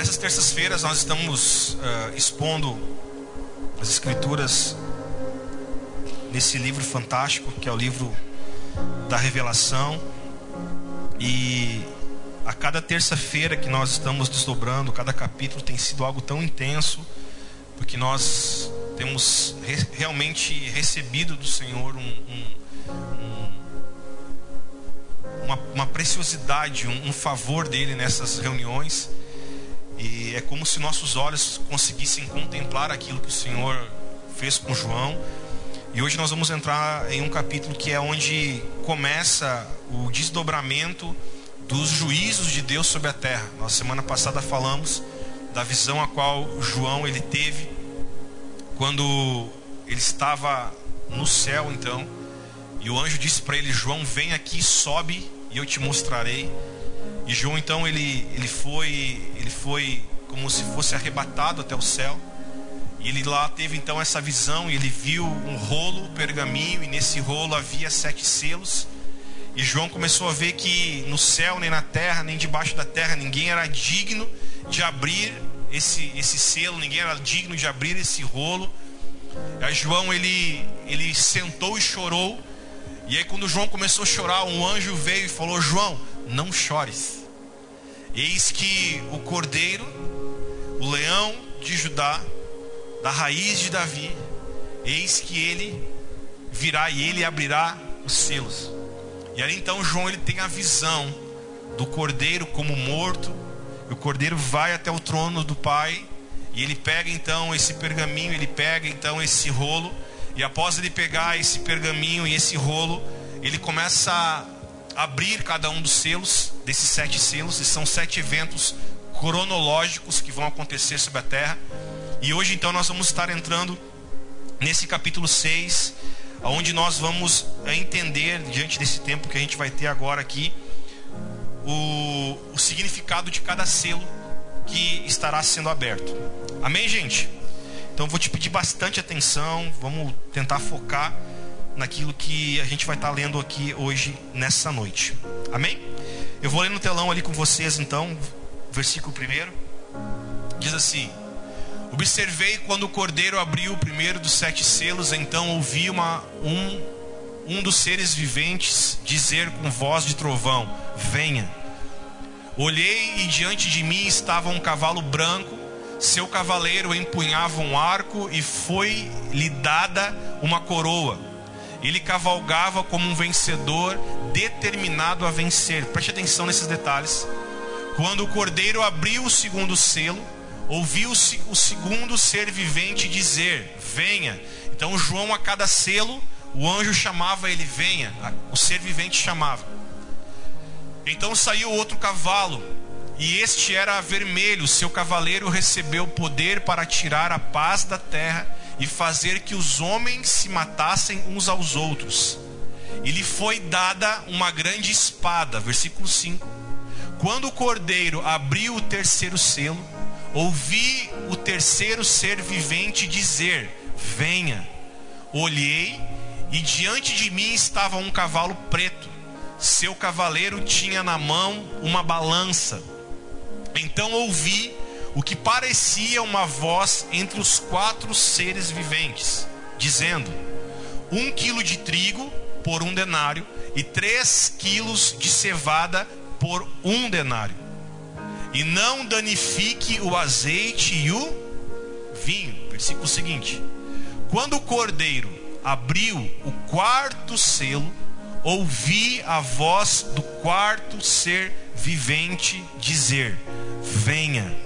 Nessas terças-feiras nós estamos expondo as Escrituras nesse livro fantástico, que é o livro da Revelação. E a cada terça-feira que nós estamos desdobrando, cada capítulo tem sido algo tão intenso, porque nós temos realmente recebido do Senhor uma preciosidade, um favor dele nessas reuniões. E é como se nossos olhos conseguissem contemplar aquilo que o Senhor fez com João. E hoje nós vamos entrar em um capítulo que é onde começa o desdobramento dos juízos de Deus sobre a terra. Nós semana passada falamos da visão a qual João ele teve quando ele estava no céu, então, e o anjo disse para ele: João, vem aqui, sobe e eu te mostrarei. E João então ele foi como se fosse arrebatado até o céu. E ele lá teve então essa visão, e ele viu um rolo, pergaminho, e nesse rolo havia 7 selos. E João começou a ver que no céu, nem na terra, nem debaixo da terra, ninguém era digno de abrir esse selo, ninguém era digno de abrir esse rolo. Aí João ele sentou e chorou. E aí quando João começou a chorar, um anjo veio e falou: João, não chores. Eis que o Cordeiro, o leão de Judá, da raiz de Davi, eis que ele virá e ele abrirá os selos. E aí então João ele tem a visão do Cordeiro como morto. E o Cordeiro vai até o trono do Pai, e ele pega então esse pergaminho, ele pega então esse rolo. E após ele pegar esse pergaminho e esse rolo, ele começa a abrir cada um dos selos, desses 7 selos. E são 7 eventos cronológicos que vão acontecer sobre a terra. E hoje então nós vamos estar entrando nesse capítulo 6, onde nós vamos entender, diante desse tempo que a gente vai ter agora aqui, o significado de cada selo que estará sendo aberto. Amém, gente? Então vou te pedir bastante atenção. Vamos tentar focar naquilo que a gente vai estar lendo aqui hoje, nessa noite. Amém? Eu vou ler no telão ali com vocês então, versículo 1. Diz assim: observei quando o Cordeiro abriu o primeiro dos 7 selos. Então ouvi um dos seres viventes dizer com voz de trovão: venha. Olhei e diante de mim estava um cavalo branco. Seu cavaleiro empunhava um arco e foi-lhe dada uma coroa. Ele cavalgava como um vencedor, determinado a vencer. Preste atenção nesses detalhes. Quando o Cordeiro abriu o segundo selo, ouviu-se o segundo ser vivente dizer: venha. Então João, a cada selo, o anjo chamava ele: venha. O ser vivente chamava. Então saiu outro cavalo, e este era vermelho. Seu cavaleiro recebeu poder para tirar a paz da terra e fazer que os homens se matassem uns aos outros. E lhe foi dada uma grande espada. Versículo 5. Quando o Cordeiro abriu o terceiro selo, ouvi o terceiro ser vivente dizer: venha. Olhei e diante de mim estava um cavalo preto. Seu cavaleiro tinha na mão uma balança. Então ouvi o que parecia uma voz entre os 4 seres viventes, dizendo: 1 quilo de trigo por 1 denário, e 3 quilos de cevada por 1 denário. E não danifique o azeite e o vinho. Versículo seguinte: quando o Cordeiro abriu o 4º selo, ouvi a voz do 4º ser vivente dizer: venha.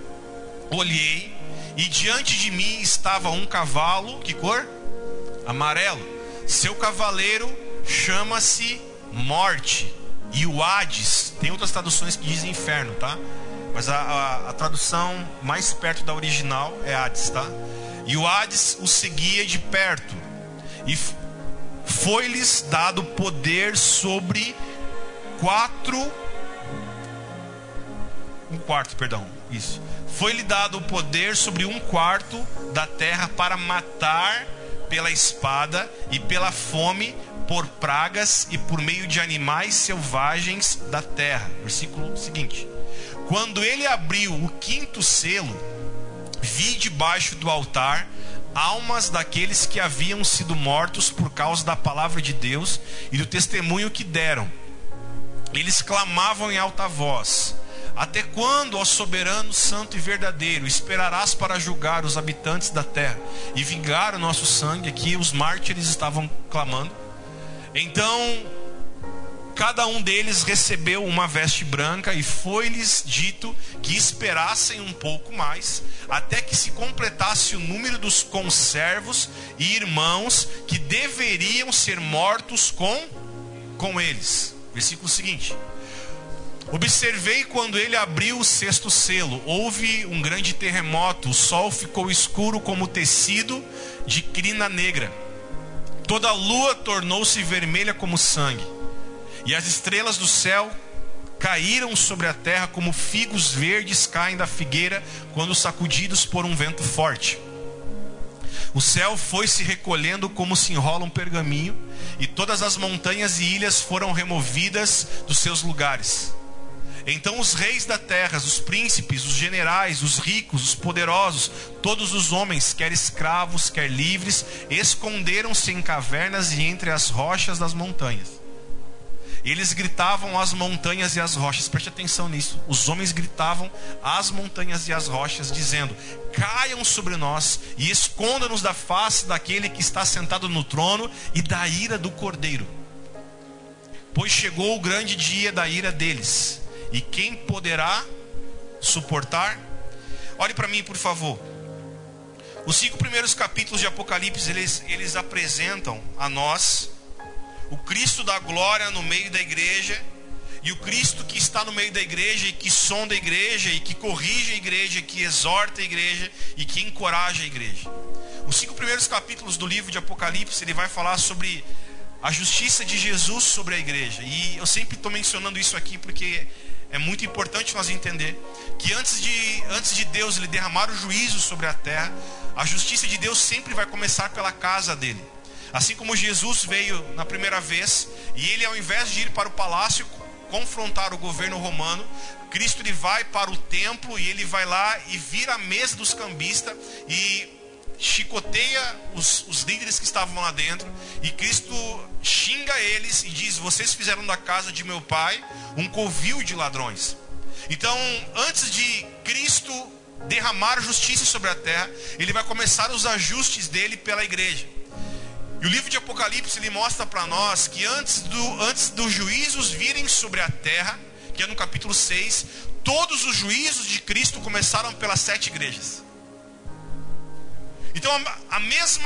Olhei e diante de mim estava um cavalo, que cor? Amarelo. Seu cavaleiro chama-se Morte, e o Hades, tem outras traduções que dizem inferno, tá? Mas a tradução mais perto da original é Hades, tá? E o Hades o seguia de perto, e foi-lhes dado poder sobre Foi-lhe dado o poder sobre 1/4 da terra para matar pela espada e pela fome, por pragas e por meio de animais selvagens da terra. Versículo seguinte: Quando ele abriu o quinto selo, vi debaixo do altar almas daqueles que haviam sido mortos por causa da palavra de Deus e do testemunho que deram. Eles clamavam em alta voz: até quando, ó soberano, santo e verdadeiro, esperarás para julgar os habitantes da terra e vingar o nosso sangue? Aqui os mártires estavam clamando. Então cada um deles recebeu uma veste branca, e foi-lhes dito que esperassem um pouco mais, até que se completasse o número dos conservos e irmãos que deveriam ser mortos com eles. Versículo seguinte: observei quando ele abriu o sexto selo, houve um grande terremoto, o sol ficou escuro como tecido de crina negra, toda a lua tornou-se vermelha como sangue, e as estrelas do céu caíram sobre a terra como figos verdes caem da figueira quando sacudidos por um vento forte. O céu foi se recolhendo como se enrola um pergaminho, e todas as montanhas e ilhas foram removidas dos seus lugares. Então os reis da terra, os príncipes, os generais, os ricos, os poderosos, todos os homens, quer escravos, quer livres, esconderam-se em cavernas e entre as rochas das montanhas. Eles gritavam às montanhas e às rochas. Preste atenção nisso. Os homens gritavam às montanhas e às rochas, dizendo: caiam sobre nós e esconda-nos da face daquele que está sentado no trono e da ira do Cordeiro. Pois chegou o grande dia da ira deles, e quem poderá suportar? Olhe para mim, por favor. Os 5 primeiros capítulos de Apocalipse, eles apresentam a nós o Cristo da glória no meio da igreja, e o Cristo que está no meio da igreja, e que sonda a igreja, e que corrige a igreja, que exorta a igreja, e que encoraja a igreja. Os 5 primeiros capítulos do livro de Apocalipse, ele vai falar sobre a justiça de Jesus sobre a igreja. E eu sempre estou mencionando isso aqui porque é muito importante nós entender que antes de Deus ele derramar o juízo sobre a terra, a justiça de Deus sempre vai começar pela casa dele. Assim como Jesus veio na primeira vez, e ele, ao invés de ir para o palácio confrontar o governo romano, Cristo ele vai para o templo, e ele vai lá e vira a mesa dos cambistas e chicoteia os líderes que estavam lá dentro, e Cristo xinga eles e diz: vocês fizeram da casa de meu pai um covil de ladrões. Então, antes de Cristo derramar justiça sobre a terra, ele vai começar os ajustes dele pela igreja. E o livro de Apocalipse ele mostra para nós que antes dos juízos virem sobre a terra, que é no capítulo 6, todos os juízos de Cristo começaram pelas 7 igrejas. Então a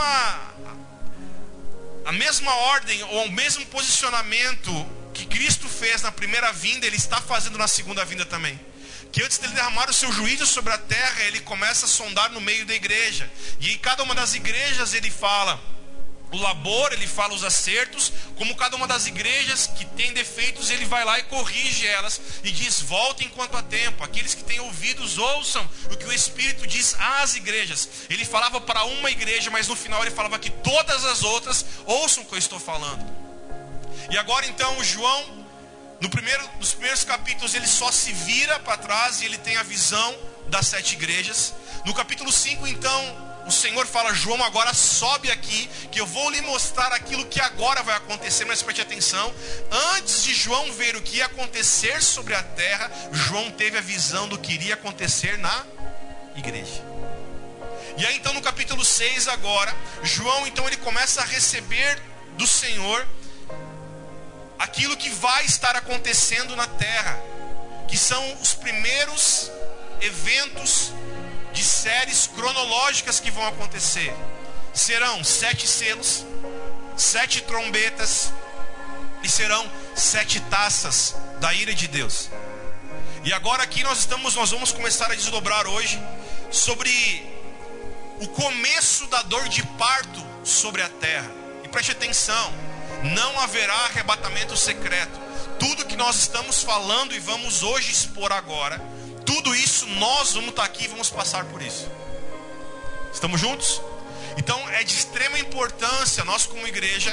mesma ordem, ou o mesmo posicionamento que Cristo fez na primeira vinda, ele está fazendo na segunda vinda também. Que antes dele derramar o seu juízo sobre a terra, ele começa a sondar no meio da igreja. E em cada uma das igrejas ele fala o labor, ele fala os acertos. Como cada uma das igrejas que tem defeitos, ele vai lá e corrige elas e diz: voltem enquanto há tempo, aqueles que têm ouvidos ouçam o que o Espírito diz às igrejas. Ele falava para uma igreja, mas no final ele falava que todas as outras ouçam o que eu estou falando. E agora então João, nos primeiros capítulos, ele só se vira para trás e ele tem a visão das 7 igrejas. No capítulo 5 então o Senhor fala: João, agora sobe aqui, que eu vou lhe mostrar aquilo que agora vai acontecer. Mas preste atenção, antes de João ver o que ia acontecer sobre a terra, João teve a visão do que iria acontecer na igreja. E aí então no capítulo 6 agora, João então ele começa a receber do Senhor aquilo que vai estar acontecendo na terra, que são os primeiros eventos de séries cronológicas que vão acontecer. Serão 7 selos, 7 trombetas, e serão 7 taças da ira de Deus. E agora aqui nós vamos começar a desdobrar hoje sobre o começo da dor de parto sobre a terra. E preste atenção, não haverá arrebatamento secreto. Tudo que nós estamos falando e vamos hoje expor agora, tudo isso nós vamos estar aqui e vamos passar por isso. Estamos juntos? Então é de extrema importância nós como igreja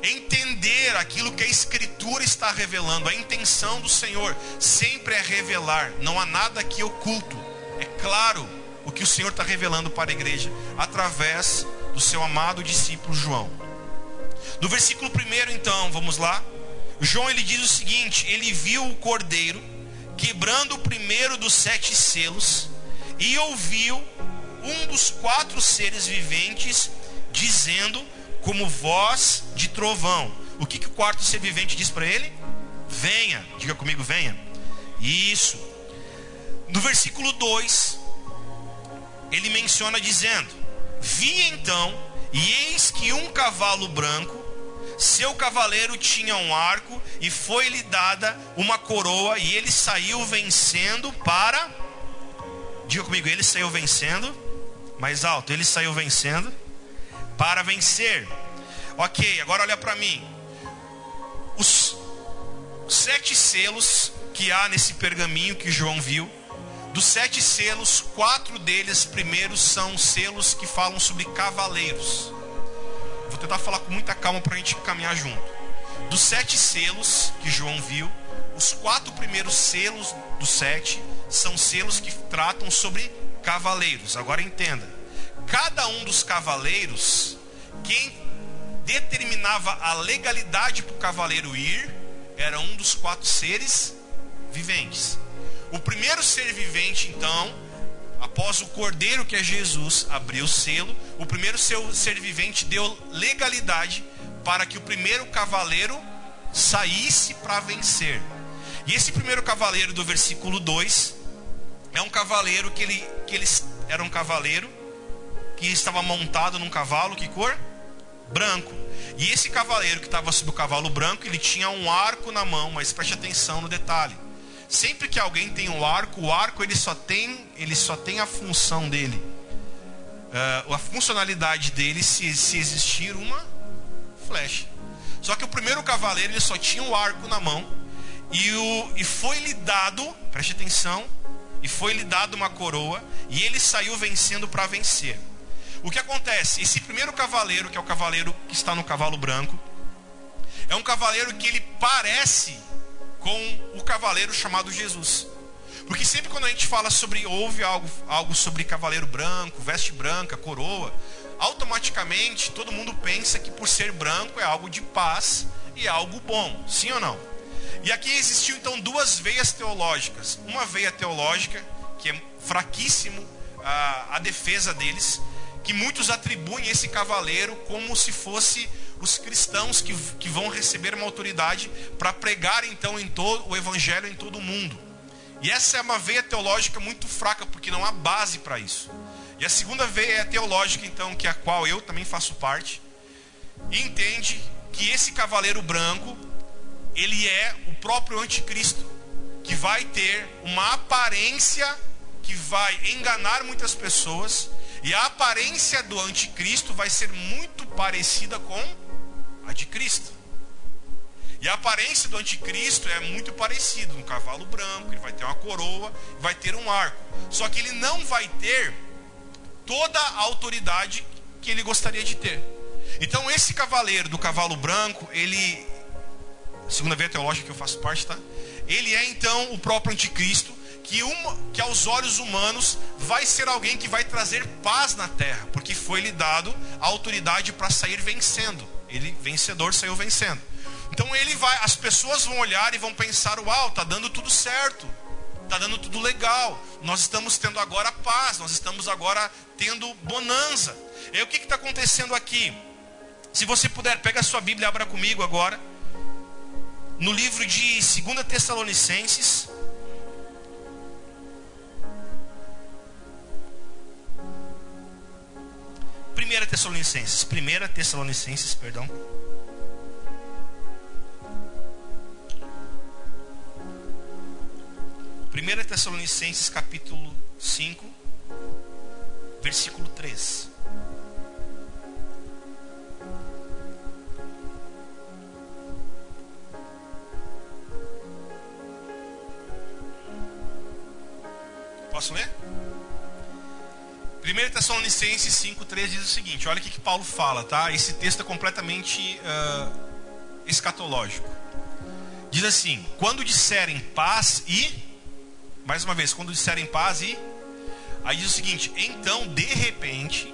entender aquilo que a Escritura está revelando. A intenção do Senhor sempre é revelar. Não há nada aqui oculto. É claro o que o Senhor está revelando para a igreja através do seu amado discípulo João. No versículo 1, então, vamos lá. João, ele diz o seguinte: ele viu o cordeiro quebrando o primeiro dos 7 selos e ouviu um dos 4 seres viventes dizendo como voz de trovão. O que o quarto ser vivente diz para ele? Venha. Diga comigo, venha. Isso. No versículo 2, ele menciona dizendo: vi então, e eis que um cavalo branco, seu cavaleiro tinha um arco, e foi-lhe dada uma coroa, e ele saiu vencendo para... Diga comigo, ele saiu vencendo. Mais alto, ele saiu vencendo para vencer. Ok, agora olha para mim. Os 7 selos que há nesse pergaminho que João viu, dos 7 selos, 4 deles primeiros são selos que falam sobre cavaleiros. Vou tentar falar com muita calma para a gente caminhar junto. Dos 7 selos que João viu, os 4 primeiros selos dos 7 são selos que tratam sobre cavaleiros. Agora entenda, cada um dos cavaleiros, quem determinava a legalidade para o cavaleiro ir, era um dos 4 seres viventes. O primeiro ser vivente, então, após o cordeiro, que é Jesus, abriu o selo, o primeiro ser vivente deu legalidade para que o primeiro cavaleiro saísse para vencer. E esse primeiro cavaleiro do versículo 2 é um cavaleiro que ele era um cavaleiro que estava montado num cavalo, que cor? Branco. E esse cavaleiro que estava sobre o cavalo branco, ele tinha um arco na mão, mas preste atenção no detalhe. Sempre que alguém tem um arco, o arco ele só tem a função dele, a funcionalidade dele se existir uma flecha. Só que o primeiro cavaleiro ele só tinha o arco na mão, e foi-lhe dado, preste atenção, e foi-lhe dado uma coroa, e ele saiu vencendo para vencer. O que acontece? Esse primeiro cavaleiro, que é o cavaleiro que está no cavalo branco, é um cavaleiro que ele parece com o cavaleiro chamado Jesus. Porque sempre quando a gente fala sobre, ouve algo sobre cavaleiro branco, veste branca, coroa, automaticamente todo mundo pensa que por ser branco é algo de paz e algo bom, sim ou não? E aqui existiu então 2 veias teológicas. Uma veia teológica, que é fraquíssimo a defesa deles, que muitos atribuem esse cavaleiro como se fosse os cristãos que vão receber uma autoridade para pregar então o evangelho em todo o mundo. E essa é uma veia teológica muito fraca, porque não há base para isso. E a segunda veia é teológica, então, que é a qual eu também faço parte, e entende que esse cavaleiro branco, ele é o próprio anticristo, que vai ter uma aparência que vai enganar muitas pessoas, e a aparência do anticristo vai ser muito parecida com a de Cristo. E a aparência do anticristo é muito parecida, no cavalo branco, ele vai ter uma coroa, vai ter um arco. Só que ele não vai ter toda a autoridade que ele gostaria de ter. Então esse cavaleiro do cavalo branco, ele, segunda veia teológica que eu faço parte, tá? Ele é então o próprio anticristo, que aos olhos humanos vai ser alguém que vai trazer paz na terra, porque foi-lhe dado a autoridade para sair vencendo. Ele, vencedor, saiu vencendo. Então as pessoas vão olhar e vão pensar: uau, está dando tudo certo, está dando tudo legal, nós estamos tendo agora paz, nós estamos agora tendo bonança. E aí, o que está acontecendo aqui? Se você puder, pega a sua Bíblia e abra comigo agora no livro de 2 Tessalonicenses. 1 Tessalonicenses, perdão. 1 Tessalonicenses capítulo 5, versículo 3. Posso ler? 1 Tessalonicenses 5,3 diz o seguinte, olha o que Paulo fala, tá? Esse texto é completamente escatológico. Diz assim: quando disserem paz e... Mais uma vez, quando disserem paz e... Aí diz o seguinte: então de repente,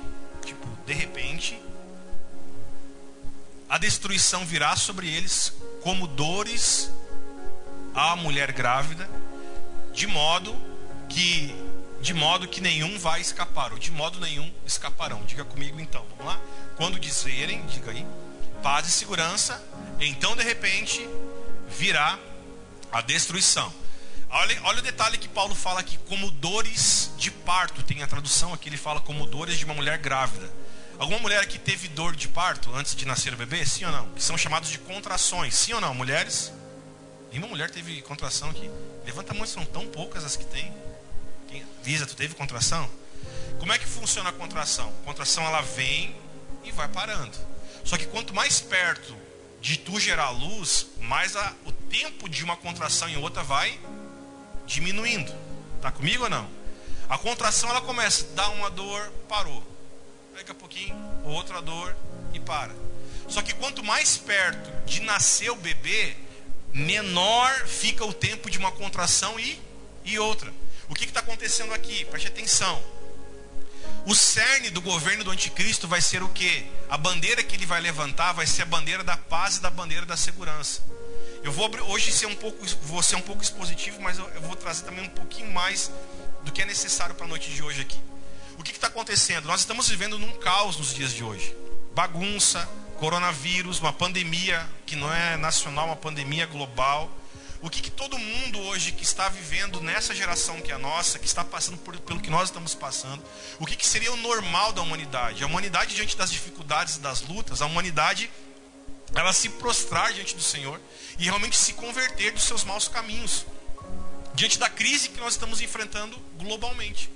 a destruição virá sobre eles como dores à mulher grávida, de modo que nenhum vai escapar, ou de modo nenhum escaparão. Diga comigo então, vamos lá? Quando dizerem, diga aí, paz e segurança, então de repente virá a destruição. Olha o detalhe que Paulo fala aqui, como dores de parto. Tem a tradução aqui, ele fala como dores de uma mulher grávida. Alguma mulher aqui teve dor de parto antes de nascer o bebê? Sim ou não? Que são chamados de contrações. Sim ou não, mulheres? Nenhuma mulher teve contração aqui? Levanta a mão, são tão poucas as que tem. Lisa, tu teve contração? Como é que funciona a contração? A contração, ela vem e vai parando. Só que quanto mais perto de tu gerar luz, mais o tempo de uma contração em outra vai diminuindo. Tá comigo ou não? A contração, ela começa, dá uma dor, parou. Daqui a pouquinho, outra dor e para. Só que quanto mais perto de nascer o bebê, menor fica o tempo de uma contração e outra. O que está acontecendo aqui? Preste atenção. O cerne do governo do anticristo vai ser o quê? A bandeira que ele vai levantar vai ser a bandeira da paz e da bandeira da segurança. Eu vou hoje vou ser um pouco expositivo, mas eu vou trazer também um pouquinho mais do que é necessário para a noite de hoje aqui. O que está acontecendo? Nós estamos vivendo num caos nos dias de hoje. Bagunça, coronavírus, uma pandemia que não é nacional, uma pandemia global. O que todo mundo hoje que está vivendo nessa geração que é a nossa, que está passando pelo que nós estamos passando, o que seria o normal da humanidade? A humanidade, diante das dificuldades e das lutas, a humanidade, ela se prostrar diante do Senhor e realmente se converter dos seus maus caminhos, diante da crise que nós estamos enfrentando globalmente.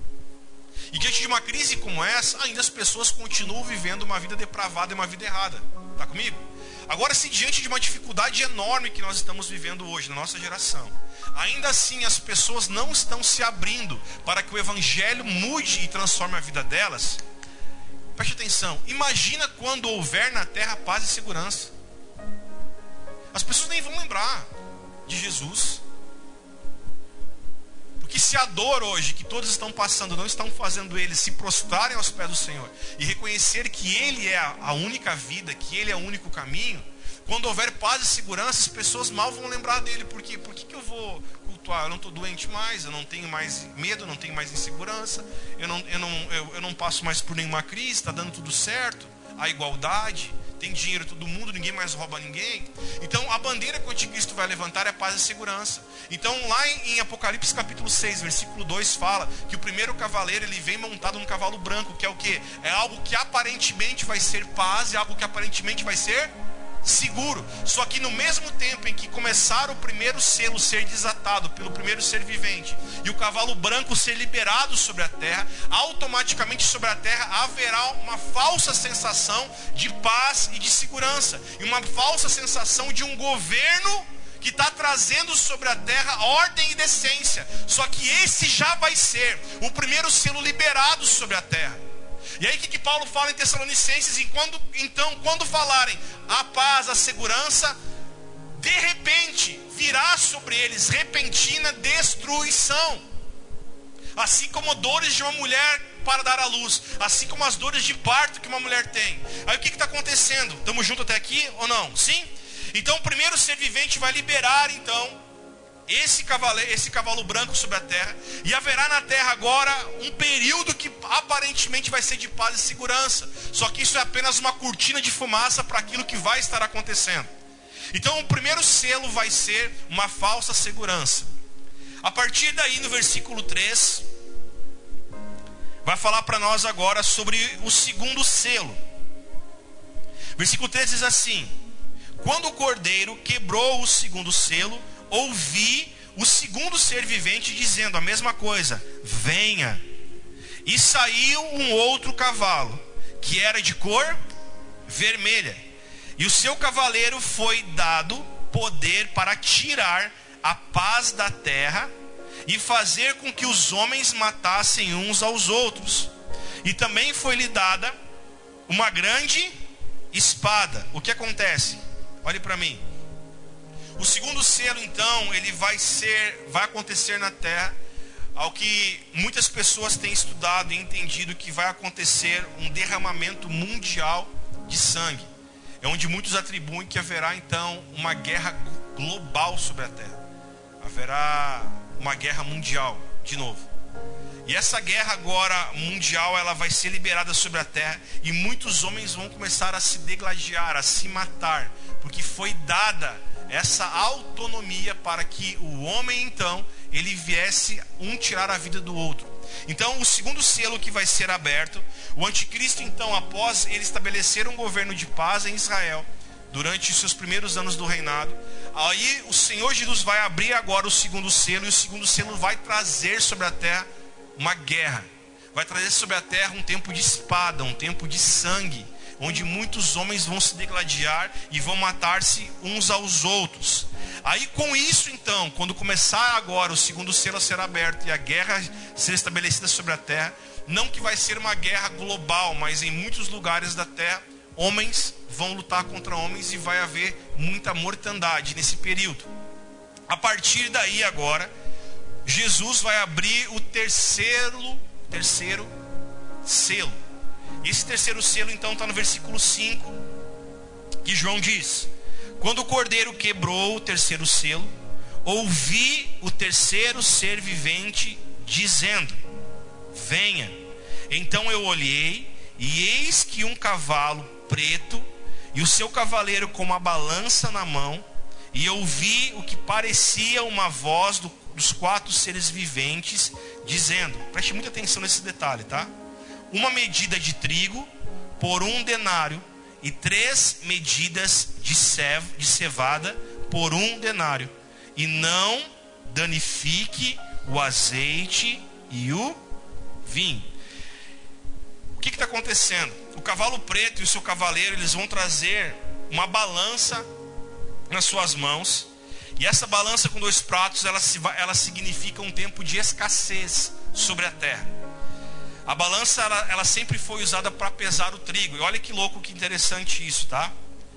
E diante de uma crise como essa, ainda as pessoas continuam vivendo uma vida depravada e uma vida errada. Está comigo? Agora, se diante de uma dificuldade enorme que nós estamos vivendo hoje, na nossa geração, ainda assim as pessoas não estão se abrindo para que o Evangelho mude e transforme a vida delas, preste atenção, imagina quando houver na terra paz e segurança. As pessoas nem vão lembrar de Jesus. Porque se a dor hoje que todos estão passando não estão fazendo eles se prostrarem aos pés do Senhor e reconhecer que Ele é a única vida, que Ele é o único caminho, quando houver paz e segurança, as pessoas mal vão lembrar dele. Por quê? Por que eu vou cultuar? Eu não estou doente mais, eu não tenho mais medo, eu não tenho mais insegurança, eu não passo mais por nenhuma crise, está dando tudo certo, a igualdade, tem dinheiro todo mundo, ninguém mais rouba ninguém. Então a bandeira que o anticristo vai levantar é paz e segurança. Então lá em Apocalipse capítulo 6, versículo 2 fala que o primeiro cavaleiro ele vem montado num cavalo branco, que é o quê? É algo que aparentemente vai ser paz, é algo que aparentemente vai ser seguro. Só que no mesmo tempo em que começar o primeiro selo ser desatado pelo primeiro ser vivente e o cavalo branco ser liberado sobre a terra, automaticamente sobre a terra haverá uma falsa sensação de paz e de segurança, e uma falsa sensação de um governo que está trazendo sobre a terra ordem e decência. Só que esse já vai ser o primeiro selo liberado sobre a terra. E aí o que Paulo fala em Tessalonicenses? Quando falarem a paz, a segurança, de repente virá sobre eles repentina destruição. Assim como dores de uma mulher para dar à luz, assim como as dores de parto que uma mulher tem. Aí o que está acontecendo? Estamos juntos até aqui ou não? Sim? Então o primeiro ser vivente vai liberar então esse cavalo branco sobre a terra, e haverá na terra agora um período que aparentemente vai ser de paz e segurança. Só que isso é apenas uma cortina de fumaça para aquilo que vai estar acontecendo. Então o primeiro selo vai ser uma falsa segurança. A partir daí, no versículo 3, vai falar para nós agora sobre o segundo selo. Versículo 3 diz assim: quando o cordeiro quebrou o segundo selo, ouvi o segundo ser vivente dizendo a mesma coisa: venha. E saiu um outro cavalo, que era de cor vermelha, e o seu cavaleiro foi dado poder para tirar a paz da terra e fazer com que os homens matassem uns aos outros. E também foi-lhe dada uma grande espada. O que acontece? Olhe para mim. O segundo selo, então, ele vai acontecer na terra, ao que muitas pessoas têm estudado e entendido que vai acontecer um derramamento mundial de sangue. É onde muitos atribuem que haverá, então, uma guerra global sobre a terra. Haverá uma guerra mundial, de novo. E essa guerra agora mundial, ela vai ser liberada sobre a terra, e muitos homens vão começar a se degladiar, a se matar, porque foi dada essa autonomia para que o homem, então, ele viesse um tirar a vida do outro. Então, o segundo selo que vai ser aberto, o anticristo, então, após ele estabelecer um governo de paz em Israel, durante os seus primeiros anos do reinado, aí o Senhor Jesus vai abrir agora o segundo selo, e o segundo selo vai trazer sobre a terra uma guerra. Vai trazer sobre a terra um tempo de espada, um tempo de sangue, onde muitos homens vão se degladiar e vão matar-se uns aos outros. Aí com isso, então, quando começar agora o segundo selo a ser aberto e a guerra ser estabelecida sobre a terra, não que vai ser uma guerra global, mas em muitos lugares da terra, homens vão lutar contra homens e vai haver muita mortandade nesse período. A partir daí agora, Jesus vai abrir o terceiro selo. Esse terceiro selo, então, está no versículo 5, que João diz: quando o cordeiro quebrou o terceiro selo, ouvi o terceiro ser vivente dizendo: venha. Então eu olhei, e eis que um cavalo preto, e o seu cavaleiro com uma balança na mão, e ouvi o que parecia uma voz dos quatro seres viventes dizendo, preste muita atenção nesse detalhe, tá? Uma medida de trigo por 1 denário, e 3 medidas de cevada por 1 denário, e não danifique o azeite e o vinho. O que está acontecendo? O cavalo preto e o seu cavaleiro, eles vão trazer uma balança nas suas mãos, e essa balança com 2 pratos, ela significa um tempo de escassez sobre a terra. A balança, ela sempre foi usada para pesar o trigo. E olha que louco, que interessante isso, tá?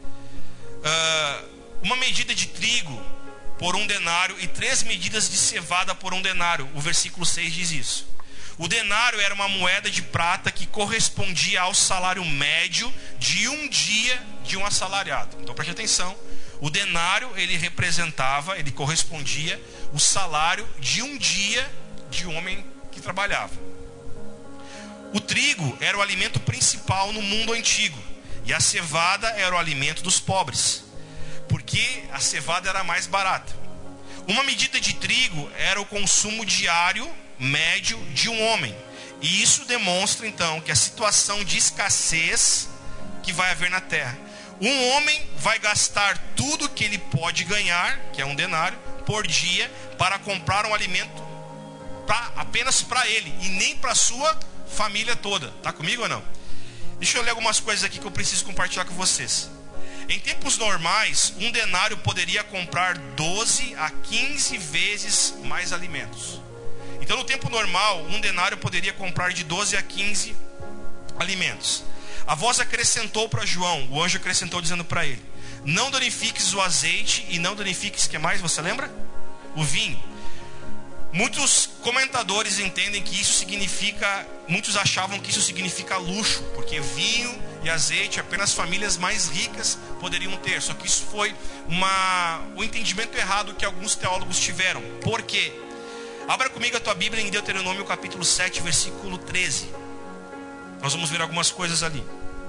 Uma medida de trigo por 1 denário e 3 medidas de cevada por 1 denário. O versículo 6 diz isso. O denário era uma moeda de prata que correspondia ao salário médio de um dia de um assalariado. Então preste atenção. O denário, ele correspondia o salário de um dia de um homem que trabalhava. O trigo era o alimento principal no mundo antigo, e a cevada era o alimento dos pobres, porque a cevada era mais barata. Uma medida de trigo era o consumo diário médio de um homem, e isso demonstra então que a situação de escassez que vai haver na terra. Um homem vai gastar tudo que ele pode ganhar, que é 1 denário, por dia, para comprar um alimento apenas para ele, e nem para a sua família toda. Está comigo ou não? Deixa eu ler algumas coisas aqui que eu preciso compartilhar com vocês. Em tempos normais, 1 denário poderia comprar 12 a 15 vezes mais alimentos. Então no tempo normal, 1 denário poderia comprar de 12 a 15 alimentos. A voz acrescentou para João, o anjo acrescentou dizendo para ele: não danifiques o azeite e não danifiques, o que mais? Você lembra? O vinho. Muitos comentadores entendem que isso significa, muitos achavam que isso significa luxo, porque vinho e azeite apenas famílias mais ricas poderiam ter. Só que isso foi um entendimento errado que alguns teólogos tiveram. Por quê? Abra comigo a tua Bíblia em Deuteronômio capítulo 7, versículo 13. Nós vamos ver algumas coisas ali.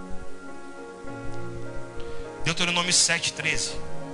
Deuteronômio 7, 13.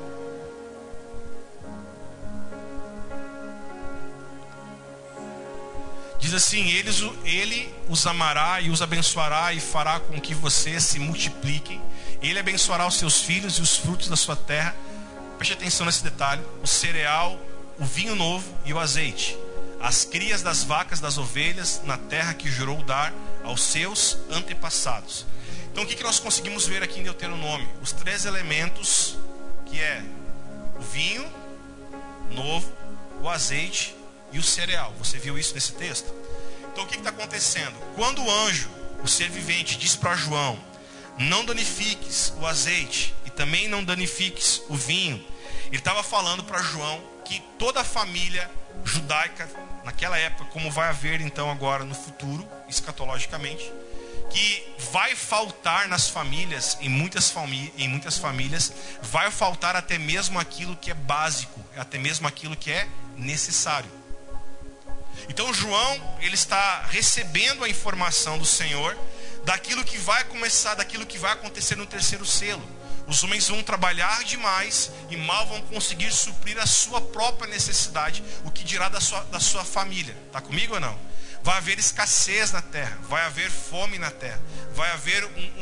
Diz assim: ele os amará e os abençoará e fará com que vocês se multipliquem. Ele abençoará os seus filhos e os frutos da sua terra. Preste atenção nesse detalhe: o cereal, o vinho novo e o azeite, as crias das vacas, das ovelhas, na terra que jurou dar aos seus antepassados. Então o que nós conseguimos ver aqui em Deuteronômio? Os 3 elementos, que é o vinho novo, o azeite e o cereal. Você viu isso nesse texto? Então o que está acontecendo? Quando o anjo, o ser vivente, diz para João: não danifiques o azeite e também não danifiques o vinho. Ele estava falando para João que toda a família judaica, naquela época, como vai haver então agora no futuro, escatologicamente, que vai faltar nas famílias, em muitas famílias, vai faltar até mesmo aquilo que é básico, até mesmo aquilo que é necessário. Então João, ele está recebendo a informação do Senhor daquilo que vai começar, daquilo que vai acontecer no terceiro selo. Os homens vão trabalhar demais e mal vão conseguir suprir a sua própria necessidade, o que dirá da sua família. Está comigo ou não? Vai haver escassez na terra, vai haver fome na terra, vai haver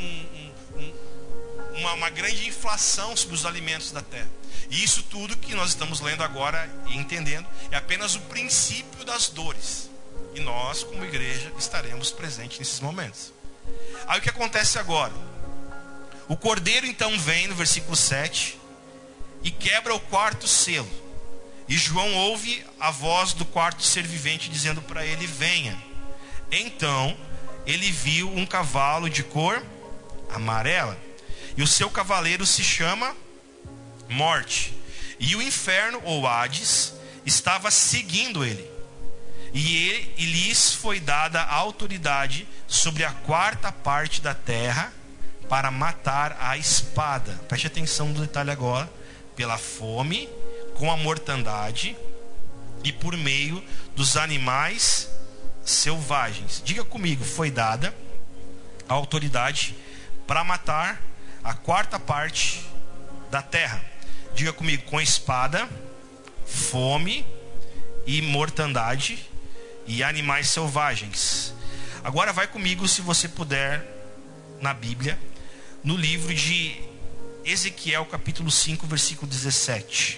uma grande inflação sobre os alimentos da terra. E isso tudo que nós estamos lendo agora e entendendo é apenas o princípio das dores. E nós, como igreja, estaremos presentes nesses momentos. Aí o que acontece agora? O cordeiro então vem no versículo 7 e quebra o quarto selo. E João ouve a voz do quarto ser vivente dizendo para ele: venha. Então ele viu um cavalo de cor amarela, e o seu cavaleiro se chama Morte, e o inferno, ou Hades, estava seguindo ele. E lhes foi dada a autoridade sobre a quarta parte da terra para matar a espada. Preste atenção no detalhe agora. Pela fome, com a mortandade e por meio dos animais selvagens. Diga comigo: foi dada a autoridade para matar a quarta parte da terra. Diga comigo: com espada, fome e mortandade e animais selvagens. Agora vai comigo, se você puder, na Bíblia, no livro de Ezequiel, capítulo 5, versículo 17.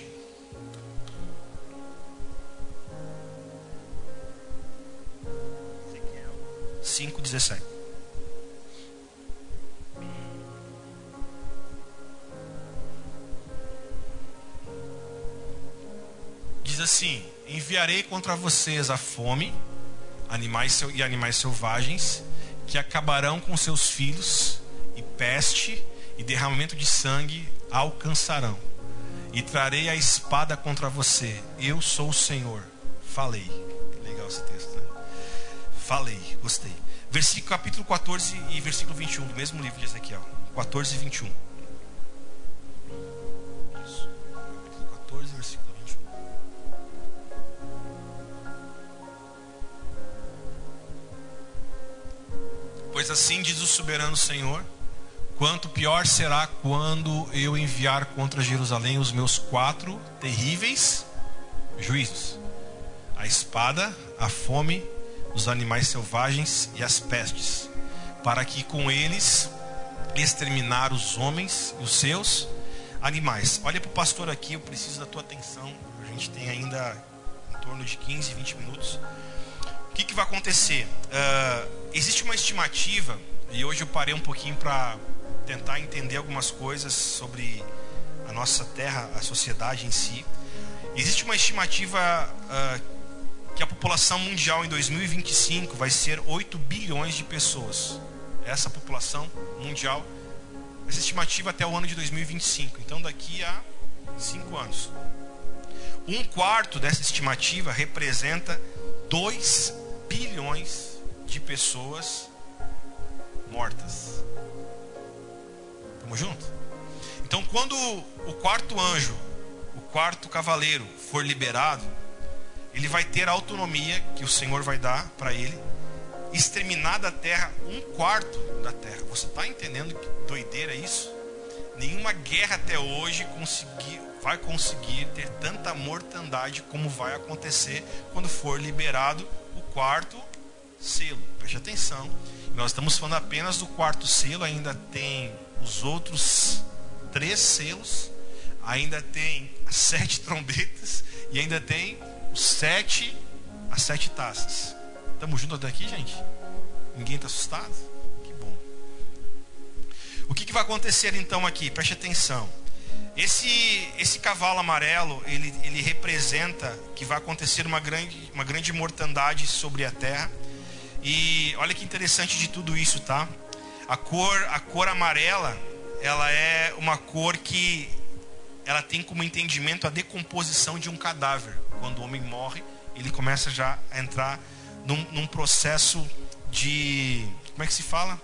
Ezequiel 5, 17. Diz assim: enviarei contra vocês a fome, animais selvagens, que acabarão com seus filhos, e peste e derramamento de sangue alcançarão. E trarei a espada contra você. Eu sou o Senhor. Falei. Que legal esse texto, né? Falei, gostei. Capítulo 14 e versículo 21 do mesmo livro de Ezequiel. 14 e 21. Isso. Capítulo 14, versículo 21. Pois assim diz o soberano Senhor: quanto pior será quando eu enviar contra Jerusalém os meus 4 terríveis juízos: a espada, a fome, os animais selvagens e as pestes, para que com eles exterminar os homens e os seus animais. Olha para o pastor aqui, eu preciso da tua atenção. A gente tem ainda em torno de 15, 20 minutos. O que vai acontecer? Existe uma estimativa, e hoje eu parei um pouquinho para tentar entender algumas coisas sobre a nossa terra, a sociedade em si. Existe uma estimativa que a população mundial em 2025 vai ser 8 bilhões de pessoas. Essa população mundial, essa estimativa até o ano de 2025. Então daqui a 5 anos. 1/4 dessa estimativa representa 2 bilhões de pessoas mortas. Estamos juntos? Então quando o quarto anjo, o quarto cavaleiro for liberado, ele vai ter a autonomia que o Senhor vai dar para ele, exterminar da terra 1/4 da terra. Você está entendendo que doideira é isso? Nenhuma guerra até hoje vai conseguir ter tanta mortandade como vai acontecer quando for liberado o quarto selo. Preste atenção. Nós estamos falando apenas do quarto selo. Ainda tem os outros 3 selos. Ainda tem as 7 trombetas. E ainda tem as 7 taças. Estamos juntos até aqui, gente? Ninguém está assustado? Que bom. O que vai acontecer então aqui? Preste atenção. Esse cavalo amarelo, ele representa que vai acontecer uma grande mortandade sobre a terra. E olha que interessante de tudo isso, tá? A cor amarela ela é uma cor que ela tem como entendimento a decomposição de um cadáver. Quando o homem morre, ele começa já a entrar num processo de... Como é que se fala?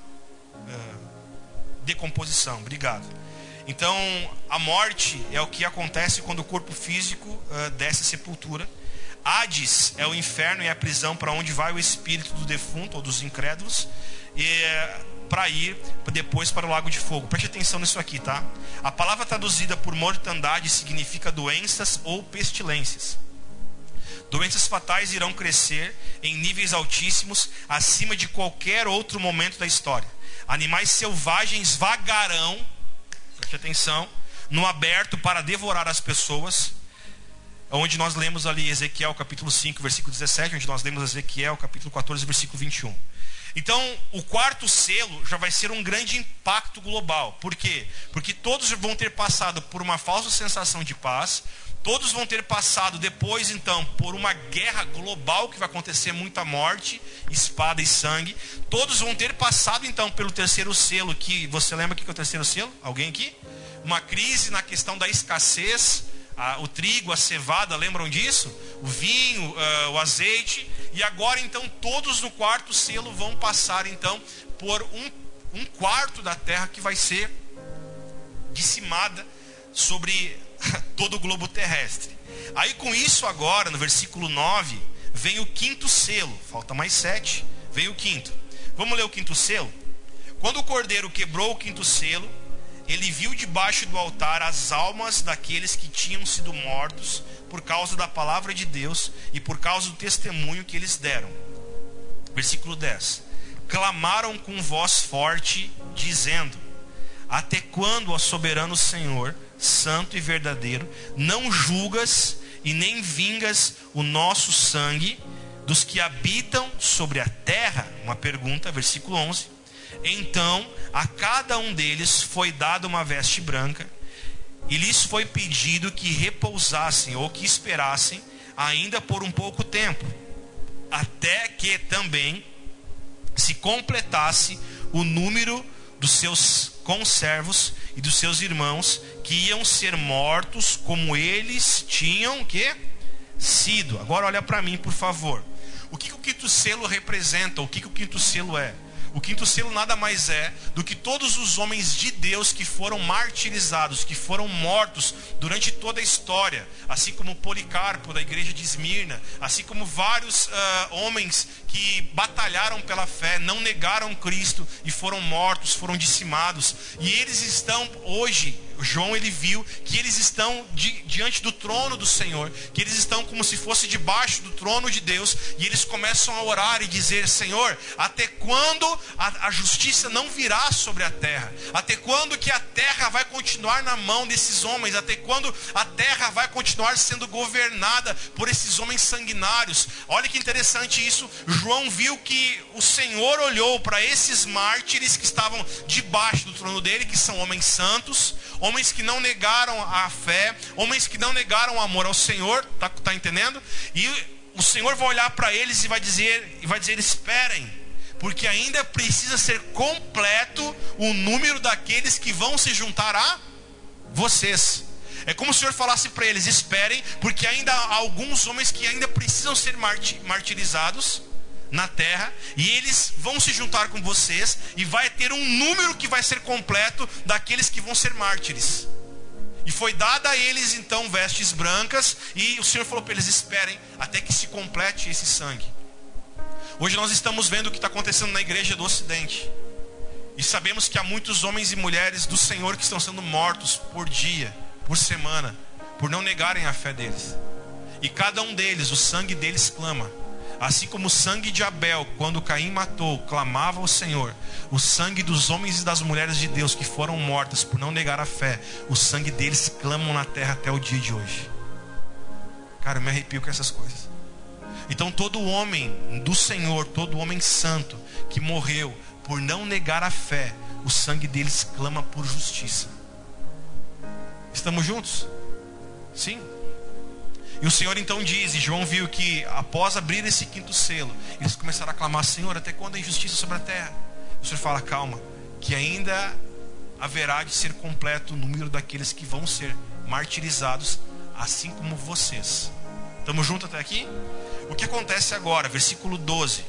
Decomposição. Obrigado. Então, a morte é o que acontece quando o corpo físico desce à sepultura. Hades é o inferno e a prisão para onde vai o espírito do defunto ou dos incrédulos, para ir depois para o lago de fogo. Preste atenção nisso aqui, tá? A palavra traduzida por mortandade significa doenças ou pestilências. Doenças fatais irão crescer em níveis altíssimos acima de qualquer outro momento da história. Animais selvagens vagarão, preste atenção, no aberto para devorar as pessoas. Onde nós lemos ali Ezequiel capítulo 5, versículo 17, onde nós lemos Ezequiel capítulo 14, versículo 21. Então, o quarto selo já vai ser um grande impacto global. Por quê? Porque todos vão ter passado por uma falsa sensação de paz. Todos vão ter passado depois, então, por uma guerra global que vai acontecer muita morte, espada e sangue. Todos vão ter passado, então, pelo terceiro selo, que você lembra o que é o terceiro selo? Alguém aqui? Uma crise na questão da escassez. O trigo, a cevada, lembram disso? O vinho, o azeite. E agora então todos no quarto selo vão passar então por um quarto da terra que vai ser dizimada sobre todo o globo terrestre. Aí com isso agora, no versículo 9, vem o quinto selo. Falta mais 7, vem o quinto. Vamos ler o quinto selo? Quando o cordeiro quebrou o quinto selo, ele viu debaixo do altar as almas daqueles que tinham sido mortos por causa da palavra de Deus e por causa do testemunho que eles deram. Versículo 10. Clamaram com voz forte, dizendo: até quando, ó soberano Senhor, santo e verdadeiro, não julgas e nem vingas o nosso sangue dos que habitam sobre a terra? Uma pergunta, versículo 11. Então a cada um deles foi dada uma veste branca, e lhes foi pedido que repousassem ou que esperassem ainda por um pouco tempo, até que também se completasse o número dos seus conservos e dos seus irmãos, que iam ser mortos como eles tinham sido. Agora olha para mim, por favor. O que o quinto selo representa? O que o quinto selo é? O quinto selo nada mais é do que todos os homens de Deus que foram martirizados, que foram mortos durante toda a história, assim como Policarpo da igreja de Esmirna, assim como vários homens que batalharam pela fé, não negaram Cristo e foram mortos, foram dizimados. E eles estão hoje, João ele viu que eles estão diante do trono do Senhor, que eles estão como se fosse debaixo do trono de Deus, e eles começam a orar e dizer: Senhor, até quando a justiça não virá sobre a terra? Até quando que a terra vai continuar na mão desses homens? Até quando a terra vai continuar sendo governada por esses homens sanguinários? Olha que interessante isso. João viu que o Senhor olhou para esses mártires que estavam debaixo do trono dele, que são homens santos, homens que não negaram a fé, homens que não negaram o amor ao Senhor, tá entendendo? E o Senhor vai olhar para eles e vai dizer: esperem, porque ainda precisa ser completo o número daqueles que vão se juntar a vocês. É como se o Senhor falasse para eles: esperem, porque ainda há alguns homens que ainda precisam ser martirizados na terra, e eles vão se juntar com vocês, e vai ter um número que vai ser completo daqueles que vão ser mártires. E foi dada a eles então vestes brancas, e o Senhor falou para eles: esperem até que se complete esse sangue. Hoje nós estamos vendo o que está acontecendo na igreja do Ocidente, e sabemos que há muitos homens e mulheres do Senhor que estão sendo mortos por dia, por semana, por não negarem a fé deles. E cada um deles, o sangue deles clama. Assim como o sangue de Abel, quando Caim matou, clamava ao Senhor, o sangue dos homens e das mulheres de Deus que foram mortas por não negar a fé, o sangue deles clamam na terra até o dia de hoje. Cara, eu me arrepio com essas coisas. Então todo homem do Senhor, todo homem santo que morreu por não negar a fé, o sangue deles clama por justiça. Estamos juntos? Sim. E o Senhor então diz, e João viu que após abrir esse quinto selo, eles começaram a clamar: Senhor, até quando a injustiça sobre a terra? O Senhor fala: calma, que ainda haverá de ser completo o número daqueles que vão ser martirizados, assim como vocês. Estamos juntos até aqui? O que acontece agora? Versículo 12.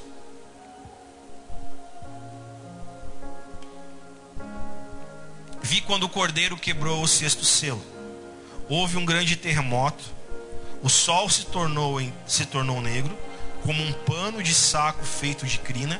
Vi quando o cordeiro quebrou o sexto selo. Houve um grande terremoto. O sol se tornou negro, como um pano de saco feito de crina.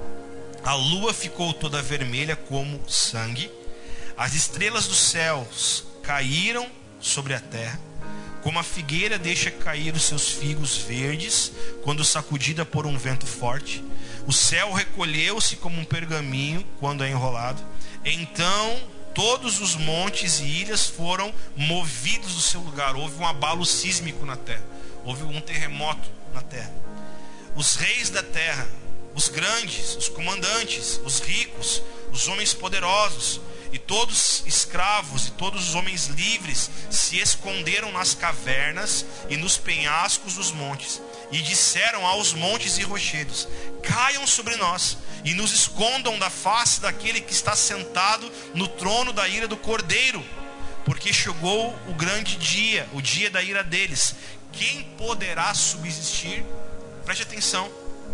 A lua ficou toda vermelha como sangue. As estrelas dos céus caíram sobre a terra, como a figueira deixa cair os seus figos verdes quando sacudida por um vento forte. O céu recolheu-se como um pergaminho quando é enrolado. Então todos os montes e ilhas foram movidos do seu lugar. Houve um abalo sísmico na terra. Houve um terremoto na terra. Os reis da terra, os grandes, os comandantes, os ricos, os homens poderosos e todos escravos e todos os homens livres se esconderam nas cavernas e nos penhascos dos montes e disseram aos montes e rochedos: caiam sobre nós e nos escondam da face daquele que está sentado no trono da ira do Cordeiro, porque chegou o grande dia, o dia da ira deles. Quem poderá subsistir? Preste atenção.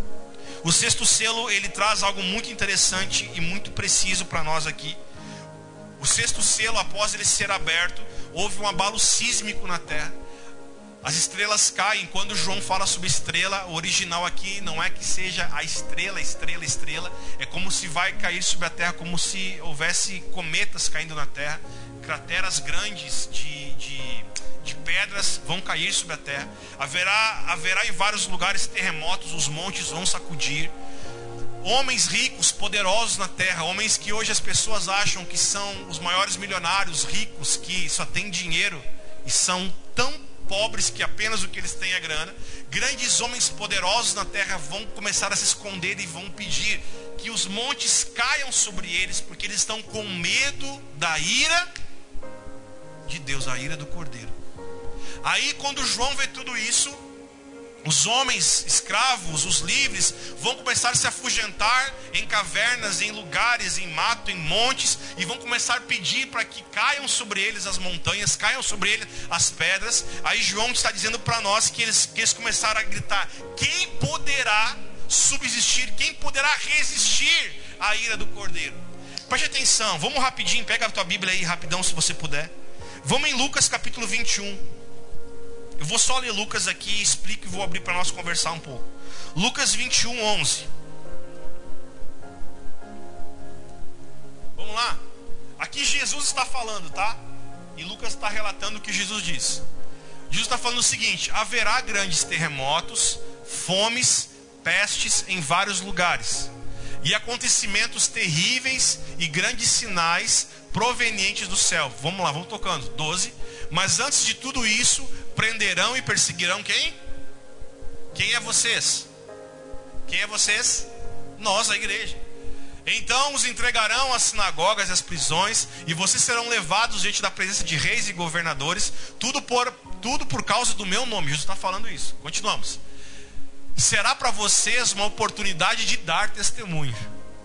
O sexto selo, ele traz algo muito interessante e muito preciso para nós aqui. O sexto selo, após ele ser aberto, houve um abalo sísmico na terra. As estrelas caem. Quando João fala sobre estrela, o original aqui não é que seja a estrela. É como se vai cair sobre a terra, como se houvesse cometas caindo na terra. Crateras grandes de pedras vão cair sobre a terra. Haverá em vários lugares terremotos, os montes vão sacudir. Homens ricos, poderosos na terra, homens que hoje as pessoas acham que são os maiores milionários, ricos, que só têm dinheiro e são tão pobres que apenas o que eles têm é grana. Grandes homens poderosos na terra vão começar a se esconder e vão pedir que os montes caiam sobre eles, porque eles estão com medo da ira de Deus, a ira do Cordeiro. Aí quando João vê tudo isso, os homens escravos, os livres, vão começar a se afugentar em cavernas, em lugares, em mato, em montes, e vão começar a pedir para que caiam sobre eles as montanhas, caiam sobre eles as pedras. Aí João está dizendo para nós que eles começaram a gritar: quem poderá subsistir, quem poderá resistir à ira do Cordeiro? Preste atenção, vamos rapidinho, pega a tua Bíblia aí rapidão se você puder. Vamos em Lucas capítulo 21. Eu vou só ler Lucas aqui e explico e vou abrir para nós conversar um pouco. Lucas 21, 11. Vamos lá? Aqui Jesus está falando, tá? E Lucas está relatando o que Jesus diz. Jesus está falando o seguinte: haverá grandes terremotos, fomes, pestes em vários lugares, e acontecimentos terríveis e grandes sinais provenientes do céu. Vamos lá, vamos tocando. 12. Mas antes de tudo isso, prenderão e perseguirão quem? Quem é vocês? Quem é vocês? Nós, a igreja. Então os entregarão às sinagogas e às prisões, e vocês serão levados diante da presença de reis e governadores, tudo por causa do meu nome. Jesus está falando isso. Continuamos. Será para vocês uma oportunidade de dar testemunho.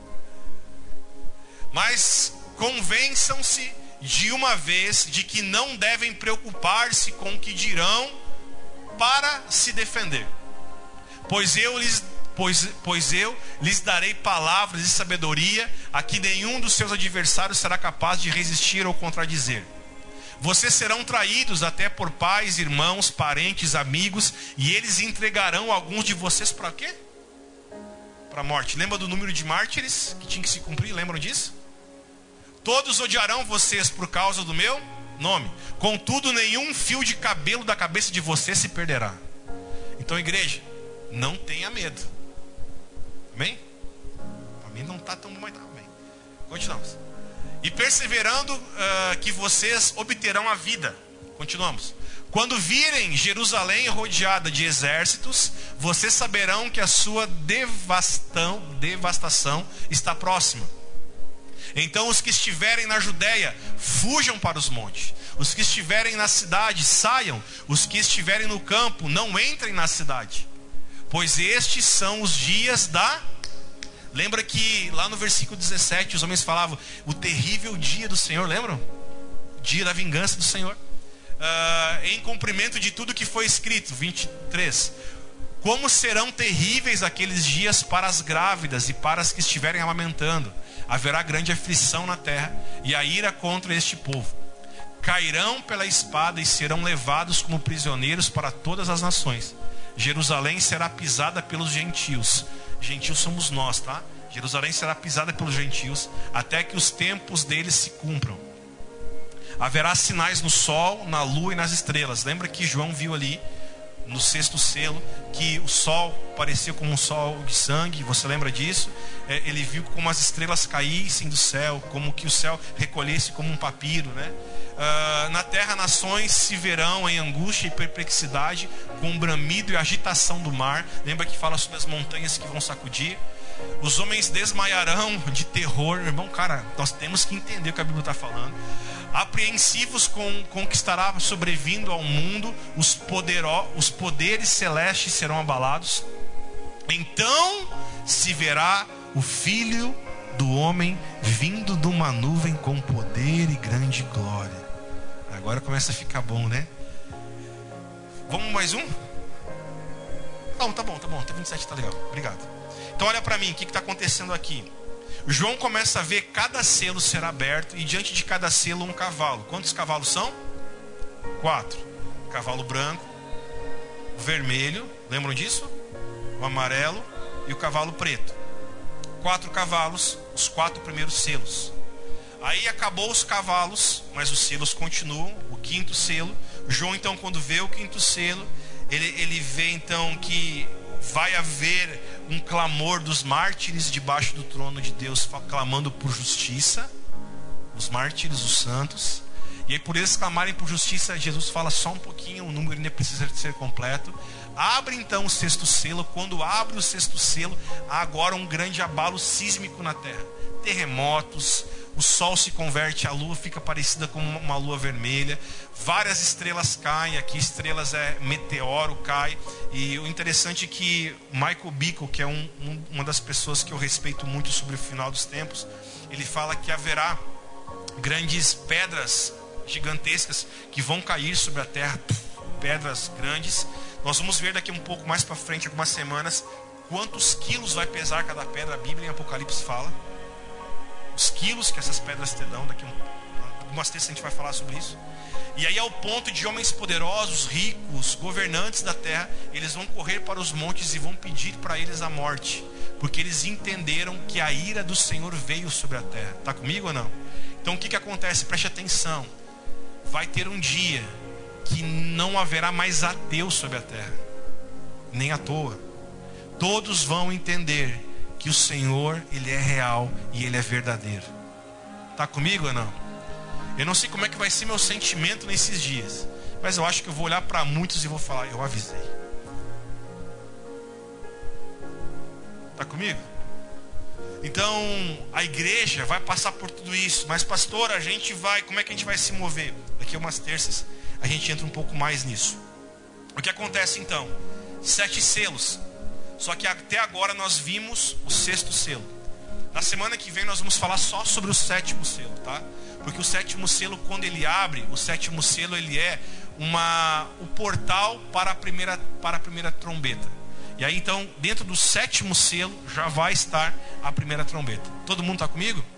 Mas convençam-se de uma vez de que não devem preocupar-se com o que dirão para se defender. Pois eu lhes darei palavras de sabedoria a que nenhum dos seus adversários será capaz de resistir ou contradizer. Vocês serão traídos até por pais, irmãos, parentes, amigos, e eles entregarão alguns de vocês para quê? Para a morte. Lembra do número de mártires que tinha que se cumprir? Lembram disso? Todos odiarão vocês por causa do meu nome. Contudo, nenhum fio de cabelo da cabeça de vocês se perderá. Então, igreja, não tenha medo. Amém? Para mim não está tão bom, mas está bem. Continuamos. E perseverando que vocês obterão a vida. Continuamos. Quando virem Jerusalém rodeada de exércitos, vocês saberão que a sua devastação está próxima. Então os que estiverem na Judéia, fujam para os montes. Os que estiverem na cidade, saiam. Os que estiverem no campo, não entrem na cidade. Pois estes são os dias da Lembra que lá no versículo 17 os homens falavam o terrível dia do Senhor, lembram? Dia da vingança do Senhor. Em cumprimento de tudo que foi escrito, 23. Como serão terríveis aqueles dias para as grávidas e para as que estiverem amamentando. Haverá grande aflição na terra e a ira contra este povo. Cairão pela espada e serão levados como prisioneiros para todas as nações. Jerusalém será pisada pelos gentios. Gentios somos nós, tá? Jerusalém será pisada pelos gentios até que os tempos deles se cumpram. Haverá sinais no sol, na lua e nas estrelas. Lembra que João viu ali no 6º selo que o sol parecia como um sol de sangue? Você lembra disso? Ele viu como as estrelas caíssem do céu, como que o céu recolhesse como um papiro, né? Na terra nações se verão em angústia e perplexidade, com bramido e agitação do mar. Lembra que fala sobre as montanhas que vão sacudir? Os homens desmaiarão de terror. Irmão, cara, nós temos que entender o que a Bíblia está falando. Apreensivos com o que estará sobrevindo ao mundo, os poderes celestes serão abalados. Então se verá o Filho do Homem vindo de uma nuvem com poder e grande glória. Agora começa a ficar bom, né? Vamos mais um? Não, tá bom, até 27 tá legal, obrigado. Então olha para mim, o que está acontecendo aqui? João começa a ver cada selo ser aberto e diante de cada selo um cavalo. Quantos cavalos são? 4. Cavalo branco, o vermelho, lembram disso? O amarelo e o cavalo preto. 4 cavalos, os 4 primeiros selos. Aí acabou os cavalos, mas os selos continuam. O 5º selo. João então, quando vê o 5º selo, ele vê então que vai haver um clamor dos mártires debaixo do trono de Deus, clamando por justiça. Os mártires, os santos. E aí, por eles clamarem por justiça, Jesus fala só um pouquinho, o número ainda precisa ser completo. Abre então o 6º selo. Quando abre o 6º selo, há agora um grande abalo sísmico na terra. Terremotos, o sol se converte, a lua fica parecida com uma lua vermelha. Várias estrelas caem, aqui estrelas meteoro cai. E o interessante é que Michael Bickle, que é uma das pessoas que eu respeito muito sobre o final dos tempos, ele fala que haverá grandes pedras gigantescas que vão cair sobre a terra, pedras grandes. Nós vamos ver daqui um pouco mais para frente, algumas semanas, quantos quilos vai pesar cada pedra. A Bíblia em Apocalipse fala os quilos que essas pedras te dão. Daqui algumas textos a gente vai falar sobre isso. E aí, ao ponto de homens poderosos, ricos, governantes da terra, eles vão correr para os montes e vão pedir para eles a morte, porque eles entenderam que a ira do Senhor veio sobre a terra. Está comigo ou não? Então o que acontece? Preste atenção. Vai ter um dia que não haverá mais ateu sobre a terra, nem à toa. Todos vão entender que o Senhor, Ele é real e Ele é verdadeiro. Está comigo ou não? Eu não sei como é que vai ser meu sentimento nesses dias, mas eu acho que eu vou olhar para muitos e vou falar: eu avisei. Está comigo? Então a igreja vai passar por tudo isso. Mas pastor, a gente vai, como é que a gente vai se mover? Daqui a umas terças a gente entra um pouco mais nisso. O que acontece então? 7 selos. Só que até agora nós vimos o 6º selo. Na semana que vem nós vamos falar só sobre o 7º selo, tá? Porque o 7º selo, quando ele abre, o 7º selo ele é o portal para a primeira trombeta. E aí então, dentro do 7º selo já vai estar a primeira trombeta. Todo mundo está comigo?